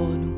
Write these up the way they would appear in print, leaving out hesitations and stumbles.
mikrofonu.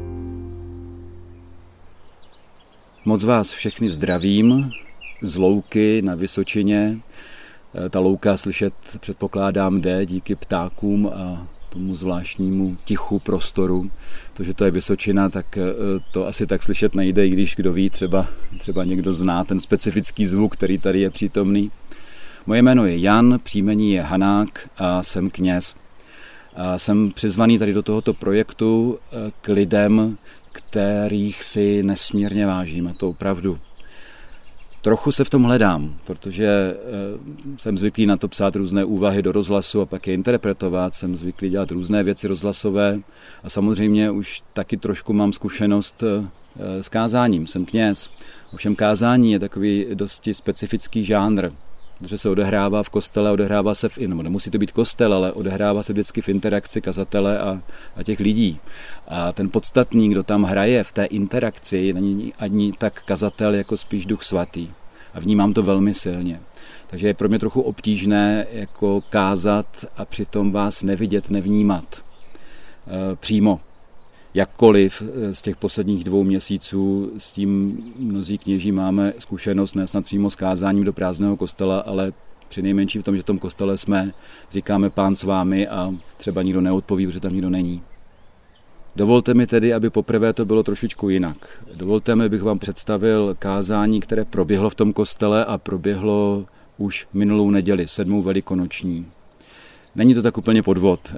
Moc vás všechny zdravím z louky na Vysočině. Ta louka slyšet, předpokládám, jde díky ptákům a tomu zvláštnímu tichu prostoru. To, že to je Vysočina, tak to asi tak slyšet nejde, i když kdo ví, třeba někdo zná ten specifický zvuk, který tady je přítomný. Moje jméno je Jan, příjmení je Hanák a jsem kněz. A jsem přizvaný tady do tohoto projektu k lidem, kterých si nesmírně vážím, a to opravdu. Trochu se v tom hledám, protože jsem zvyklý na to psát různé úvahy do rozhlasu a pak je interpretovat, jsem zvyklý dělat různé věci rozhlasové a samozřejmě už taky trošku mám zkušenost s kázáním, jsem kněz. Ovšem kázání je takový dosti specifický žánr, protože se odehrává v kostele, odehrává se nebo nemusí to být kostel, ale odehrává se vždycky v interakci kazatele a těch lidí. A ten podstatný, kdo tam hraje v té interakci, není ani tak kazatel, jako spíš Duch Svatý. A vnímám to velmi silně. Takže je pro mě trochu obtížné jako kázat a přitom vás nevidět, nevnímat přímo. Jakkoliv z těch posledních 2 měsíců s tím mnozí kněží máme zkušenost, ne snad přímo s kázáním do prázdného kostela, ale přinejmenším v tom, že v tom kostele jsme, říkáme Pán s vámi a třeba nikdo neodpoví, protože tam nikdo není. Dovolte mi tedy, aby poprvé to bylo trošičku jinak. Dovolte mi, abych vám představil kázání, které proběhlo v tom kostele a proběhlo už minulou neděli, 7. velikonoční. Není to tak úplně podvod,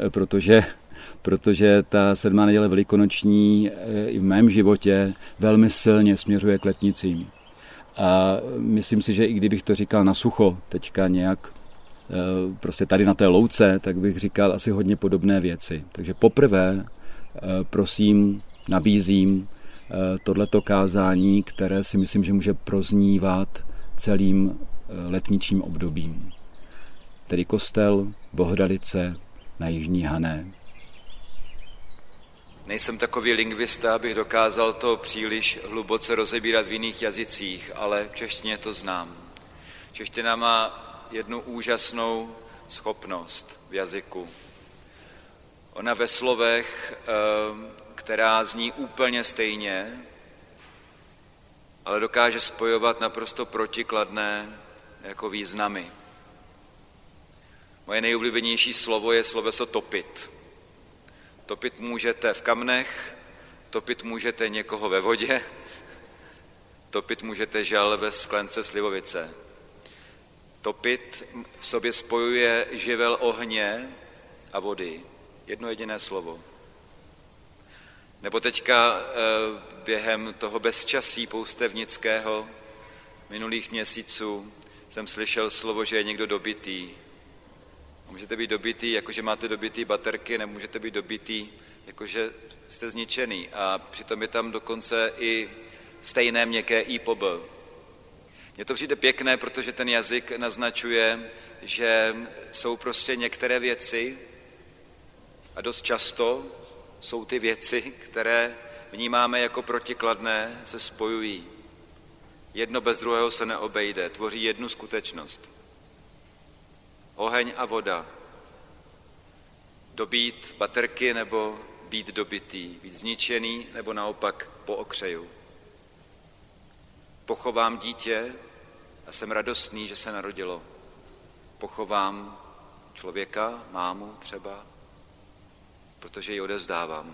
protože ta 7. neděle velikonoční i v mém životě velmi silně směřuje k letnicím. A myslím si, že i kdybych to říkal na sucho teďka nějak prostě tady na té louce, tak bych říkal asi hodně podobné věci. Takže poprvé prosím, nabízím tohleto kázání, které si myslím, že může proznívat celým letničním obdobím. Tedy kostel Bohdalice na Jižní Hané. Nejsem takový lingvista, abych dokázal to příliš hluboce rozebírat v jiných jazycích, ale v češtině to znám. Čeština má jednu úžasnou schopnost v jazyku. Ona ve slovech, která zní úplně stejně, ale dokáže spojovat naprosto protikladné jako významy. Moje nejoblíbenější slovo je sloveso topit. Topit můžete v kamnech, topit můžete někoho ve vodě, topit můžete žal ve sklence slivovice. Topit v sobě spojuje živel ohně a vody. Jedno jediné slovo. Nebo teďka během toho bezčasí poustevnického minulých měsíců jsem slyšel slovo, že je někdo dobitý. Můžete být dobitý, jakože máte dobitý baterky, nebo můžete být dobitý, jakože jste zničený. A přitom je tam dokonce i stejné měkké i po b. Mně to přijde pěkné, protože ten jazyk naznačuje, že jsou prostě některé věci a dost často jsou ty věci, které vnímáme jako protikladné, se spojují. Jedno bez druhého se neobejde, tvoří jednu skutečnost. Oheň a voda. Dobít baterky nebo být dobitý, být zničený nebo naopak po okřeju. Pochovám dítě a jsem radostný, že se narodilo. Pochovám člověka, mámu třeba, protože ji odevzdávám.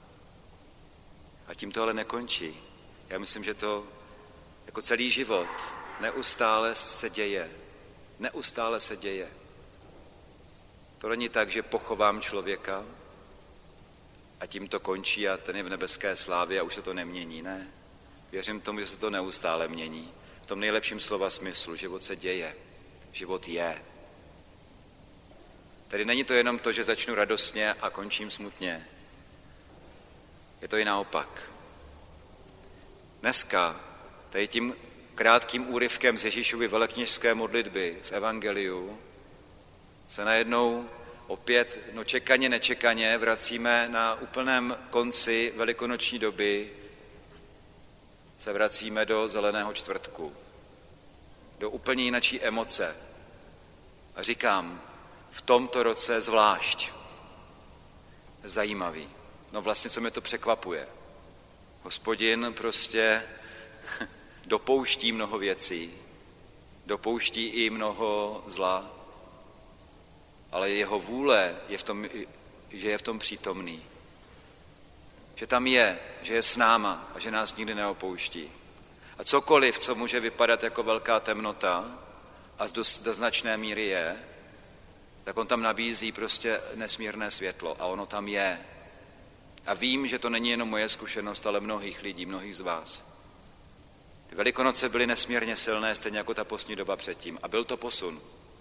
A tím to ale nekončí. Já myslím, že to jako celý život neustále se děje. Neustále se děje. To není tak, že pochovám člověka a tím to končí a ten je v nebeské slávě a už se to nemění. Ne. Věřím tomu, že se to neustále mění. V tom nejlepším slova smyslu. Život se děje. Život je. Tedy není to jenom to, že začnu radostně a končím smutně. Je to i naopak. Dneska, tady tím krátkým úryvkem z Ježíšovy velekněžské modlitby v evangeliu, se najednou opět čekaně, nečekaně vracíme na úplném konci velikonoční doby, se vracíme do Zeleného čtvrtku, do úplně jinačí emoce. A říkám, v tomto roce zvlášť zajímavý. No vlastně, co mě to překvapuje. Hospodin prostě dopouští mnoho věcí, dopouští i mnoho zla, ale jeho vůle je v tom, že je v tom přítomný. Že tam je, že je s náma a že nás nikdy neopouští. A cokoliv, co může vypadat jako velká temnota a do značné míry je, tak on tam nabízí prostě nesmírné světlo a ono tam je. A vím, že to není jenom moje zkušenost, ale mnohých lidí, mnohých z vás. Ty Velikonoce byly nesmírně silné, stejně jako ta postní doba předtím. A byl to posun.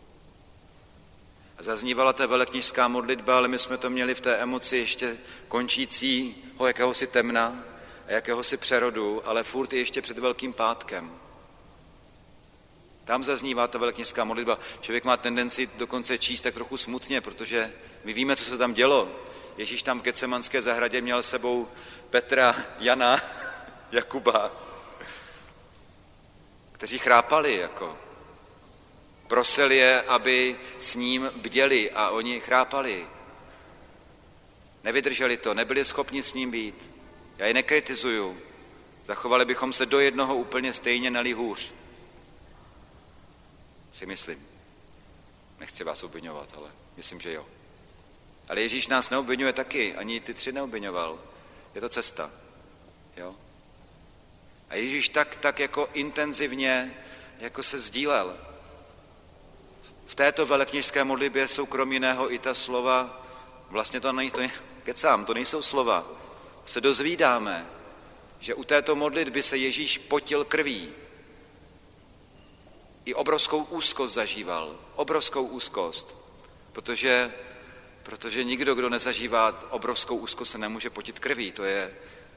A zaznívala ta velekněžská modlitba, ale my jsme to měli v té emoci ještě končícího jakéhosi temna a jakéhosi přerodu, ale furt ještě před Velkým pátkem. Tam zaznívá ta velekněžská modlitba. Člověk má tendenci dokonce číst tak trochu smutně, protože my víme, co se tam dělo. Ježíš tam v Getsemanské zahradě měl sebou Petra, Jana, Jakuba, kteří chrápali jako. Prosil je, aby s ním bděli a oni chrápali. Nevydrželi to, nebyli schopni s ním být. Já je nekritizuju. Zachovali bychom se do jednoho úplně stejně, neli hůř. Si myslím. Nechci vás obviňovat, ale myslím, že jo. Ale Ježíš nás neobviňuje taky, ani ty 3 neobviňoval. Je to cesta. Jo? A Ježíš tak jako intenzivně jako se sdílel. V této velekněžské modlitbě jsou krom jiného i ta slova, vlastně to nejsou slova. Se dozvídáme, že u této modlitby se Ježíš potil krví. I obrovskou úzkost zažíval. Obrovskou úzkost. Protože nikdo, kdo nezažívá obrovskou úzkost, se nemůže potit krví. To je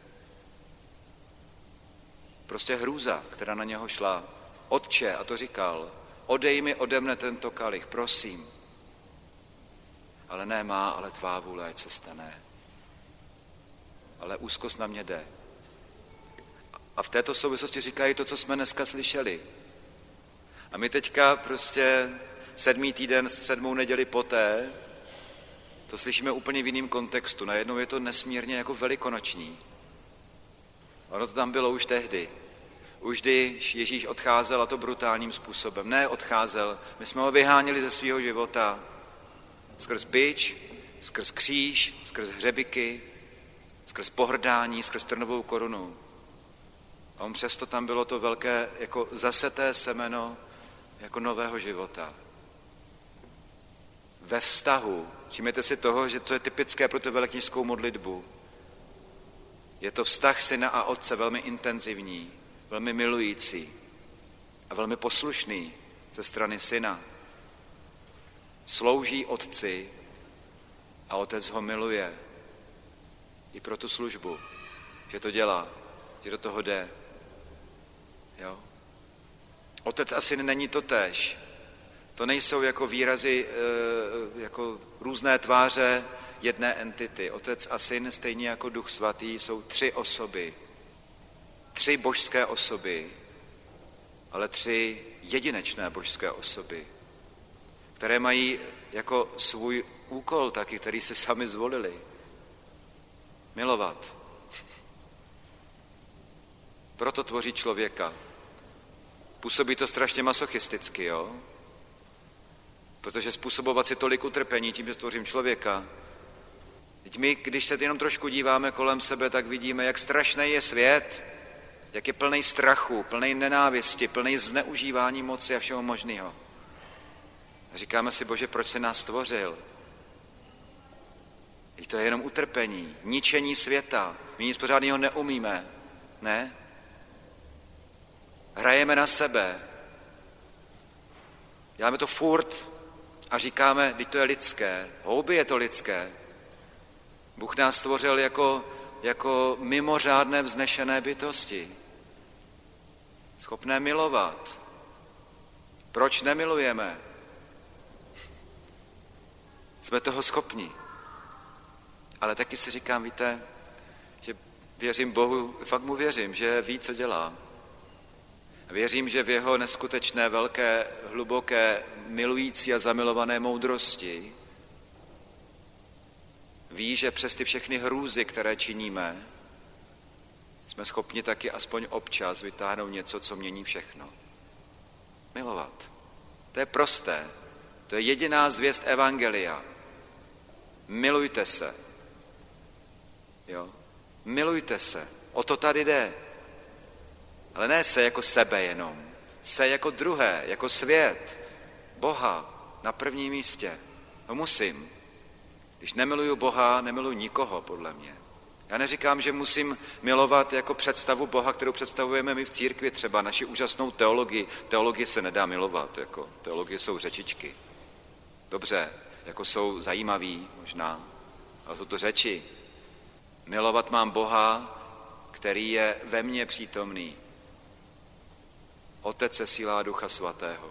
prostě hrůza, která na něho šla. Otče, a to říkal, odej mi ode mne tento kalich, prosím. Ale ne má, ale tvá vůle, ať se stane. Ale úzkost na mě jde. A v této souvislosti říkají to, co jsme dneska slyšeli. A my teďka prostě 7. týden, 7. neděli poté, to slyšíme úplně v jiném kontextu. Najednou je to nesmírně jako velikonoční. Ono to tam bylo už tehdy. Už když Ježíš odcházel, a to brutálním způsobem. Ne odcházel, my jsme ho vyháněli ze svého života. Skrz bič, skrz kříž, skrz hřebiky, skrz pohrdání, skrz trnovou korunu. A on přesto tam bylo to velké, jako zaseté semeno, jako nového života. Ve vztahu, všimněte si toho, že to je typické pro tu velekněžskou modlitbu. Je to vztah syna a otce velmi intenzivní, velmi milující a velmi poslušný ze strany syna. Slouží otci a otec ho miluje i pro tu službu, že to dělá, že do toho jde. Jo? Otec a syn není totéž. To nejsou jako výrazy, jako různé tváře jedné entity. Otec a syn, stejně jako Duch Svatý, jsou 3 osoby. 3 božské osoby, ale 3 jedinečné božské osoby, které mají jako svůj úkol taky, který si sami zvolili. Milovat. Proto tvoří člověka. Působí to strašně masochisticky, jo? Protože způsobovat si tolik utrpení tím, že stvořím člověka. Teď my, když se jenom trošku díváme kolem sebe, tak vidíme, jak strašný je svět, jak je plný strachu, plný nenávisti, plný zneužívání moci a všeho možného. A říkáme si, Bože, proč jsi nás stvořil? I to je jenom utrpení, ničení světa. My nic pořádného neumíme, ne? Hrajeme na sebe. Děláme to furt a říkáme, teď to je lidské. Houby je to lidské. Bůh nás stvořil jako mimořádné vznešené bytosti. Schopné milovat. Proč nemilujeme? Jsme toho schopni. Ale taky si říkám, víte, že věřím Bohu, fakt mu věřím, že ví, co dělá. Věřím, že v jeho neskutečné, velké, hluboké, milující a zamilované moudrosti ví, že přes ty všechny hrůzy, které činíme, jsme schopni taky aspoň občas vytáhnout něco, co mění všechno. Milovat. To je prosté. To je jediná zvěst evangelia. Milujte se. Jo? Milujte se. O to tady jde. Ale ne se jako sebe jenom. Se jako druhé, jako svět. Boha na prvním místě. No musím. Když nemiluju Boha, nemiluju nikoho, podle mě. Já neříkám, že musím milovat jako představu Boha, kterou představujeme my v církvi, třeba naši úžasnou teologii. Teologie se nedá milovat, jako teologie jsou řečičky. Dobře, jako jsou zajímaví možná, ale jsou to řeči. Milovat mám Boha, který je ve mně přítomný. Otec sesílá Ducha Svatého.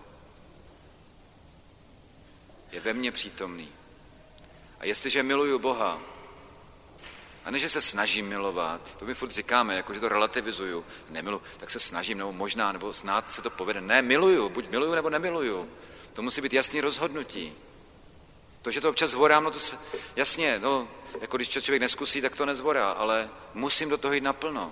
Je ve mně přítomný. A jestliže miluju Boha, a ne, že se snažím milovat, to my furt říkáme, jako že to relativizuju, nemiluju, tak se snažím, nebo možná, nebo snad se to povede. Ne, miluju, buď miluju, nebo nemiluju. To musí být jasný rozhodnutí. To, že to občas zvorám, no to se, jasně, no, jako když člověk neskusí, tak to nezvorá, ale musím do toho jít naplno.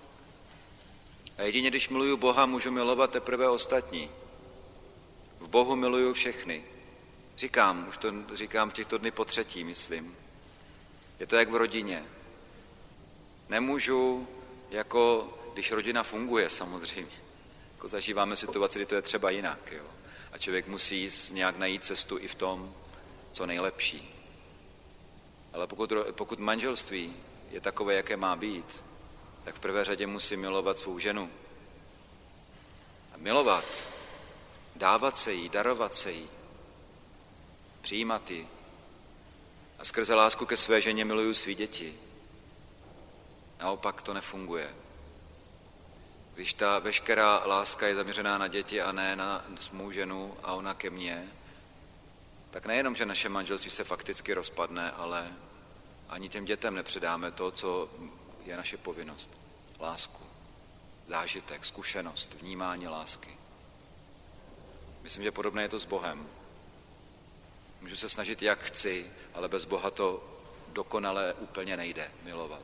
A jedině, když miluju Boha, můžu milovat teprve ostatní. V Bohu miluju všechny. Říkám, už to říkám v těchto dny po třetí, myslím. Je to jak v rodině. Nemůžu, jako když rodina funguje samozřejmě, jako zažíváme situaci, kdy to je třeba jinak, jo? A člověk musí nějak najít cestu i v tom, co nejlepší. Ale pokud manželství je takové, jaké má být, tak v prvé řadě musí milovat svou ženu. A milovat, dávat se jí, darovat se jí, přijímat ji. A skrze lásku ke své ženě miluju svý děti. Naopak to nefunguje. Když ta veškerá láska je zaměřená na děti a ne na mou ženu a ona ke mně, tak nejenom, že naše manželství se fakticky rozpadne, ale ani těm dětem nepředáme to, co je naše povinnost. Lásku, zážitek, zkušenost, vnímání lásky. Myslím, že podobné je to s Bohem. Můžu se snažit, jak chci, ale bez Boha to dokonale úplně nejde milovat.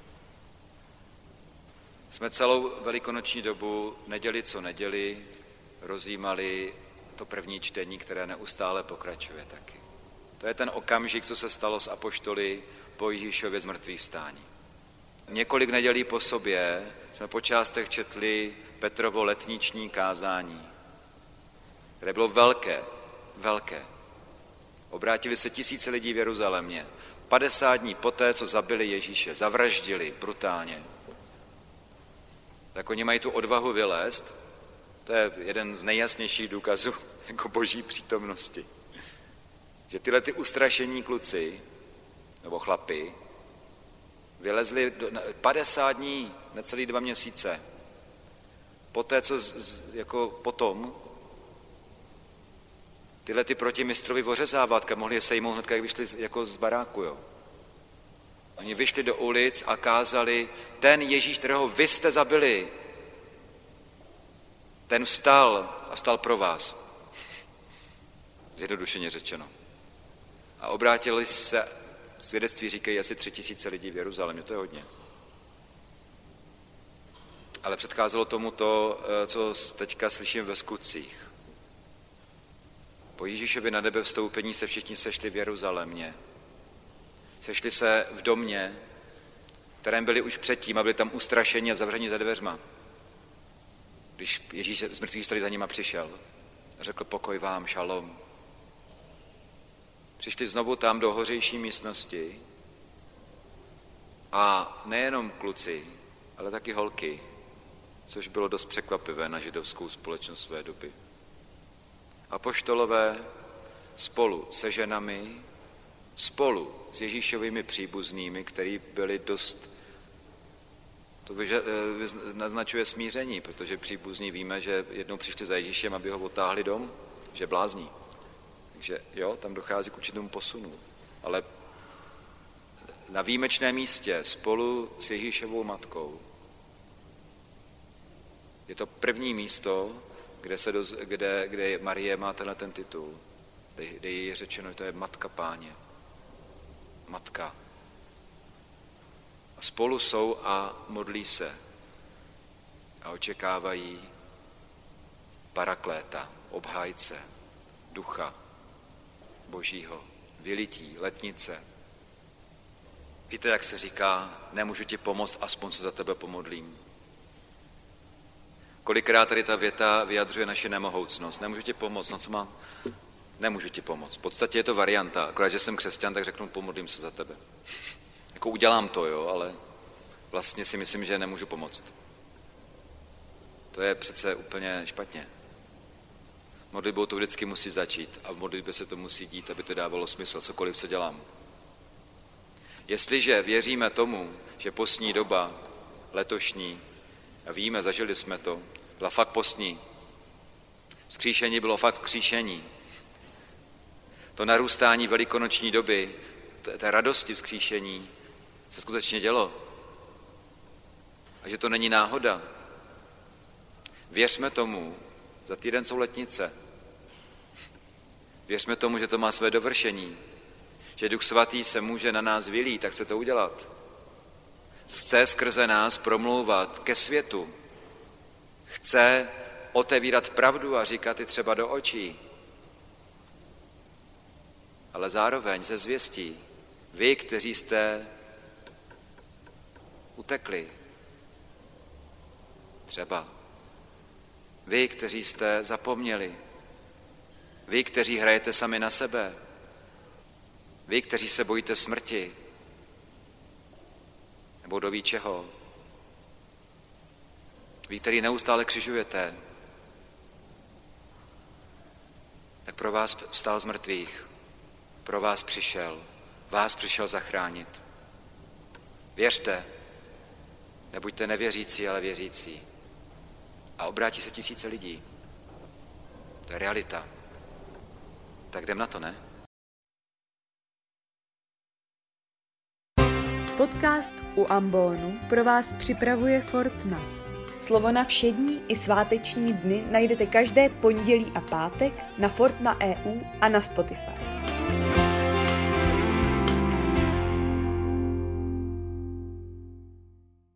Jsme celou velikonoční dobu, neděli co neděli, rozjímali to první čtení, které neustále pokračuje taky. To je ten okamžik, co se stalo s apoštoly po Ježíšově zmrtvýchvstání. Několik nedělí po sobě jsme po částech četli Petrovo letniční kázání, které bylo velké. Obrátili se tisíce lidí v Jeruzalémě. 50 dní poté, co zabili Ježíše, zavraždili brutálně. Tak oni mají tu odvahu vylézt. To je jeden z nejjasnějších důkazů jako boží přítomnosti. Že tyhle ty ustrašení kluci, nebo chlapi, vylezli 50 dní, necelý 2 měsíce. Poté, co jako potom, tyhle ty proti mistrovi ořezávatka mohli je sejmout hnedka, jak vyšli jako z baráku. Jo. Oni vyšli do ulic a kázali, ten Ježíš, kterého vy jste zabili, ten vstal a vstal pro vás. Zjednodušeně řečeno. A obrátili se, svědectví říkají, asi 3000 lidí v Jeruzalémě, to je hodně. Ale předcházelo tomu to, co teďka slyším ve skutcích. Po Ježíšovi na nebe vstoupení se všichni sešli v Jeruzalémě. Sešli se v domě, kterém byli už předtím a byli tam ustrašeni a zavřeni za dveřma. Když Ježíš z mrtvých vstalý za nima přišel a řekl pokoj vám, šalom. Přišli znovu tam do hořejší místnosti a nejenom kluci, ale taky holky, což bylo dost překvapivé na židovskou společnost své doby. Apoštolové spolu se ženami, spolu s Ježíšovými příbuznými, který byli dost, to naznačuje smíření, protože příbuzní víme, že jednou přišli za Ježíšem, aby ho otáhli dom, že blázní. Takže jo, tam dochází k určitému posunu. Ale na výjimečném místě spolu s Ježíšovou matkou je to první místo, kde Marie má ten titul, kde je řečeno, že to je matka Páně. Matka A spolu jsou a modlí se a očekávají parakléta, obhájce, ducha Božího, vylití, letnice. Víte, jak se říká, nemůžu ti pomoct, aspoň se za tebe pomodlím. Kolikrát tady ta věta vyjadřuje naše nemohoucnost. Nemůžu ti pomoct, no co mám? Nemůžu ti pomoct. V podstatě je to varianta, akorát, že jsem křesťan, tak řeknu, pomodlím se za tebe. Jako udělám to, jo, ale vlastně si myslím, že nemůžu pomoct. To je přece úplně špatně. Modlitbou to vždycky musí začít a v modlitbě se to musí dít, aby to dávalo smysl, cokoliv co dělám. Jestliže věříme tomu, že postní doba letošní, a víme, zažili jsme to, byla fakt postní. Vzkříšení bylo fakt vzkříšení. To narůstání velikonoční doby, té radosti vzkříšení se skutečně dělo. A že to není náhoda. Věřme tomu, za týden jsou letnice. Věřme tomu, že to má své dovršení, že Duch Svatý se může na nás vylít, tak chce to udělat. Chce skrze nás promlouvat ke světu. Chce otevírat pravdu a říkat ji třeba do očí. Ale zároveň se zvěstí, vy, kteří jste utekli, třeba vy, kteří jste zapomněli, vy, kteří hrajete sami na sebe, vy, kteří se bojíte smrti, nebo kdo ví čeho, vy, který neustále křižujete, tak pro vás vstal z mrtvých, pro vás přišel zachránit. Věřte, nebuďte nevěřící, ale věřící. A obrátí se tisíce lidí. To je realita. Tak jdem na to, ne? Podcast u ambonu pro vás připravuje Fortna. Slovo na všední i sváteční dny najdete každé pondělí a pátek na Fortna.eu a na Spotify.